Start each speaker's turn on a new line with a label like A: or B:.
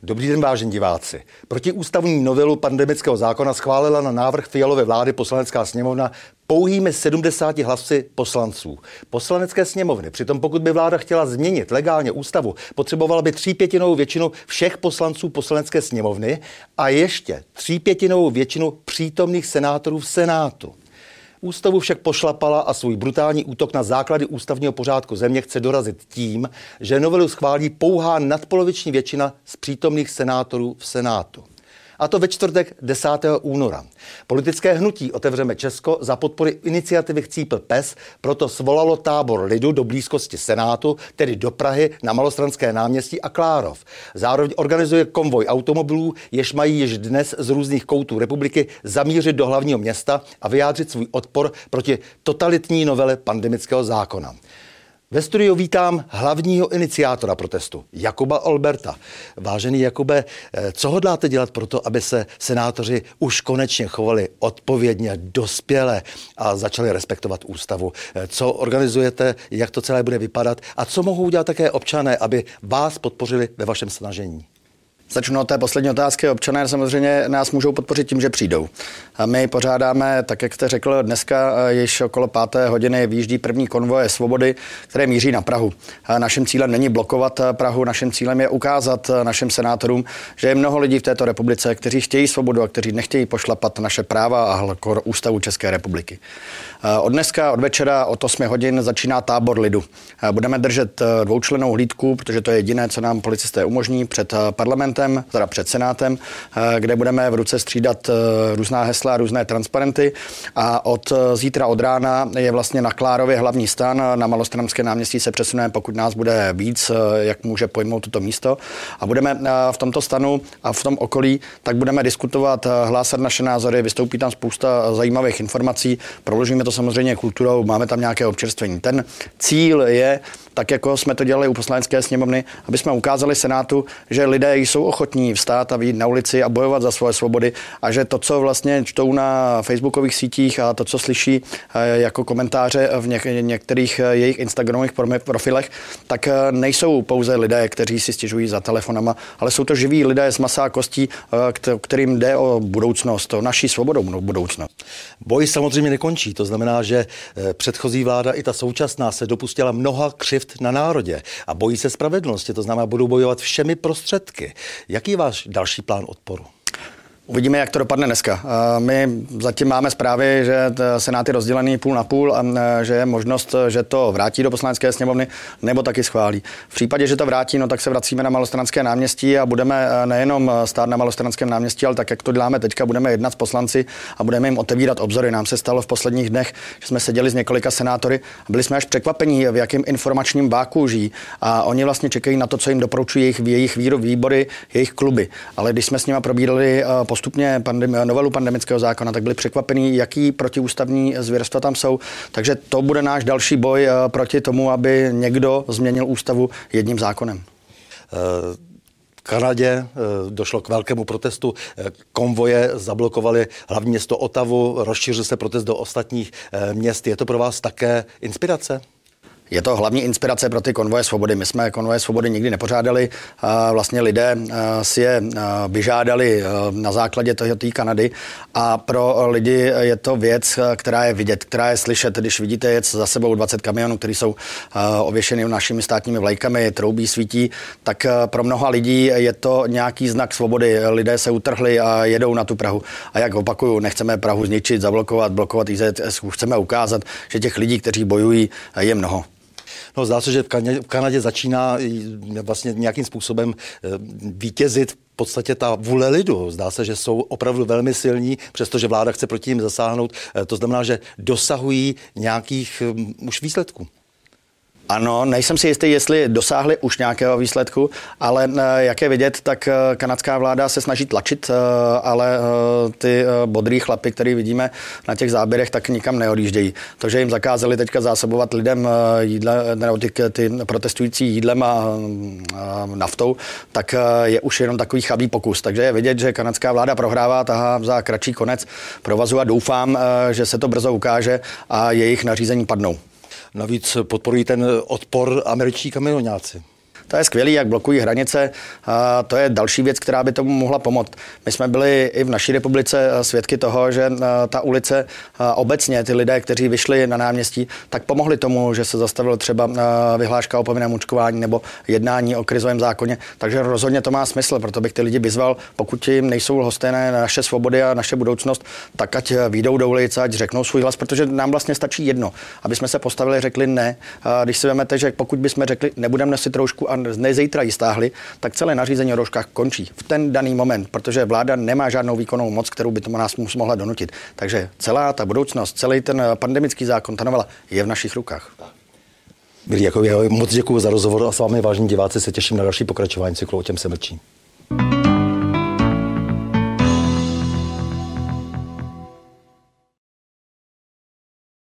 A: Dobrý den, vážení diváci. Protiústavní novelu pandemického zákona schválila na návrh Fialovy vlády Poslanecká sněmovna pouhými 70 hlasy poslanců. Poslanecké sněmovny. Přitom pokud by vláda chtěla změnit legálně ústavu, potřebovala by 3/5 většinu všech poslanců Poslanecké sněmovny a ještě 3/5 většinu přítomných senátorů v Senátu. Ústavu však pošlapala a svůj brutální útok na základy ústavního pořádku země chce dorazit tím, že novelu schválí pouhá nadpoloviční většina z přítomných senátorů v Senátu. A to ve čtvrtek 10. února. Politické hnutí Otevřeme Česko za podpory iniciativy Chcípl pes proto svolalo tábor lidu do blízkosti Senátu, tedy do Prahy na Malostranské náměstí a Klárov. Zároveň organizuje konvoj automobilů, jež mají již dnes z různých koutů republiky zamířit do hlavního města a vyjádřit svůj odpor proti totalitní novele pandemického zákona. Ve studiu vítám hlavního iniciátora protestu, Jakuba Olberta. Vážený Jakube, co hodláte dělat pro to, aby se senátoři už konečně chovali odpovědně, dospěle a začali respektovat ústavu? Co organizujete, jak to celé bude vypadat a co mohou udělat také občané, aby vás podpořili ve vašem snažení?
B: Začnu od té poslední otázky. Občané samozřejmě nás můžou podpořit tím, že přijdou. A my pořádáme, tak jak jste řekl, dneska již okolo 5. hodiny vyjíždí první konvoje Svobody, které míří na Prahu. A naším cílem není blokovat Prahu, naším cílem je ukázat našim senátorům, že je mnoho lidí v této republice, kteří chtějí svobodu a kteří nechtějí pošlapat naše práva a ústavu České republiky. Od dneska, od večera, od 8 hodin začíná tábor lidu. Budeme držet dvoučlennou hlídku, protože to je jediné, co nám policisté umožní před parlamentem, teda před Senátem, kde budeme v ruce střídat různá hesla, různé transparenty a od zítra od rána je vlastně na Klárově hlavní stan, na Malostranské náměstí se přesuneme, pokud nás bude víc, jak může pojmout toto místo a budeme v tomto stanu a v tom okolí, tak budeme diskutovat, hlásat naše názory, vystoupí tam spousta zajímavých informací, proložíme to samozřejmě kulturou, máme tam nějaké občerstvení. Ten cíl je, tak jako jsme to dělali u Poslanecké sněmovny, aby jsme ukázali Senátu, že lidé jsou ochotní vstát a vyjít na ulici a bojovat za svoje svobody a že to, co vlastně čtou na facebookových sítích a to, co slyší jako komentáře v některých jejich instagramových profilech, tak nejsou pouze lidé, kteří si stěžují za telefonama, ale jsou to živí lidé z masa a kostí, kterým jde o budoucnost, o naší svobodou budoucnost.
A: Boj samozřejmě nekončí, to znamená, že předchozí vláda i ta současná se dopustila mnoha křivd na národě a bojí se spravedlnosti, to znamená, budou bojovat všemi prostředky. Jaký je váš další plán odporu?
B: Uvidíme, jak to dopadne dneska. My zatím máme zprávy, že Senát je rozdělený půl na půl a že je možnost, že to vrátí do Poslanecké sněmovny nebo taky schválí. V případě, že to vrátí, no tak se vracíme na Malostranské náměstí a budeme nejenom stát na Malostranském náměstí, ale tak, jak to děláme teďka, budeme jednat s poslanci a budeme jim otevírat obzory. Nám se stalo v posledních dnech, že jsme seděli s několika senátory a byli jsme až překvapení, v jakém informačním váku žijí. A oni vlastně čekají na to, co jim doporučují jejich výbory, jejich kluby. Ale když jsme s nimi probírali postupně novelu pandemického zákona, tak byli překvapení, jaký protiústavní zvěrstva tam jsou. Takže to bude náš další boj proti tomu, aby někdo změnil ústavu jedním zákonem.
A: V Kanadě došlo k velkému protestu. Konvoje zablokovaly hlavní město Ottawu, rozšířil se protest do ostatních měst. Je to pro vás také inspirace?
B: Je to hlavní inspirace pro ty konvoje svobody. My jsme konvoje svobody nikdy nepořádali. Vlastně lidé si je vyžádali na základě té Kanady a pro lidi je to věc, která je vidět, která je slyšet. Když vidíte jet za sebou 20 kamionů, které jsou ověšeny našimi státními vlajkami, troubí, svítí, tak pro mnoha lidí je to nějaký znak svobody. Lidé se utrhli a jedou na tu Prahu. A jak opakuju, nechceme Prahu zničit, zablokovat IZS, chceme ukázat, že těch lidí, kteří bojují, je mnoho.
A: No, zdá se, že v Kanadě začíná vlastně nějakým způsobem vítězit v podstatě ta vůle lidu. Zdá se, že jsou opravdu velmi silní, přestože vláda chce proti nim zasáhnout. To znamená, že dosahují nějakých už výsledků.
B: Ano, nejsem si jistý, jestli dosáhli už nějakého výsledku, ale jak je vidět, tak kanadská vláda se snaží tlačit, ale ty bodrý chlapy, který vidíme na těch záběrech, tak nikam neodjíždějí. To, že jim zakázali teďka zásobovat lidem jídle, nebo ty protestující jídlem a naftou, tak je už jenom takový chabý pokus. Takže je vidět, že kanadská vláda prohrává, tahá za kratší konec provazu a doufám, že se to brzo ukáže a jejich nařízení padnou.
A: Navíc podporují ten odpor američtí kamioňáci.
B: To je skvělý, jak blokují hranice. To je další věc, která by tomu mohla pomoct. My jsme byli i v naší republice svědky toho, že ta ulice obecně, ty lidé, kteří vyšli na náměstí, tak pomohli tomu, že se zastavil třeba vyhláška o povinném očkování nebo jednání o krizovém zákoně. Takže rozhodně to má smysl, proto bych ty lidi vyzval, pokud jim nejsou lhostejné naše svobody a naše budoucnost, tak ať vyjdou do ulice, ať řeknou svůj hlas, protože nám vlastně stačí jedno, aby jsme se postavili, řekli ne. Když si vezmete, že pokud bychom řekli, nebudeme nosit roušku a ne zítra ji stáhli, tak celé nařízení o rouškách končí v ten daný moment, protože vláda nemá žádnou výkonnou moc, kterou by to nás mohla donutit. Takže celá ta budoucnost, celý ten pandemický zákon, ta novela je v našich rukách.
A: Milí Jakovi, moc děkuji za rozhovor a s vámi, vážení diváci, se těším na další pokračování cyklu O těm se mlčí.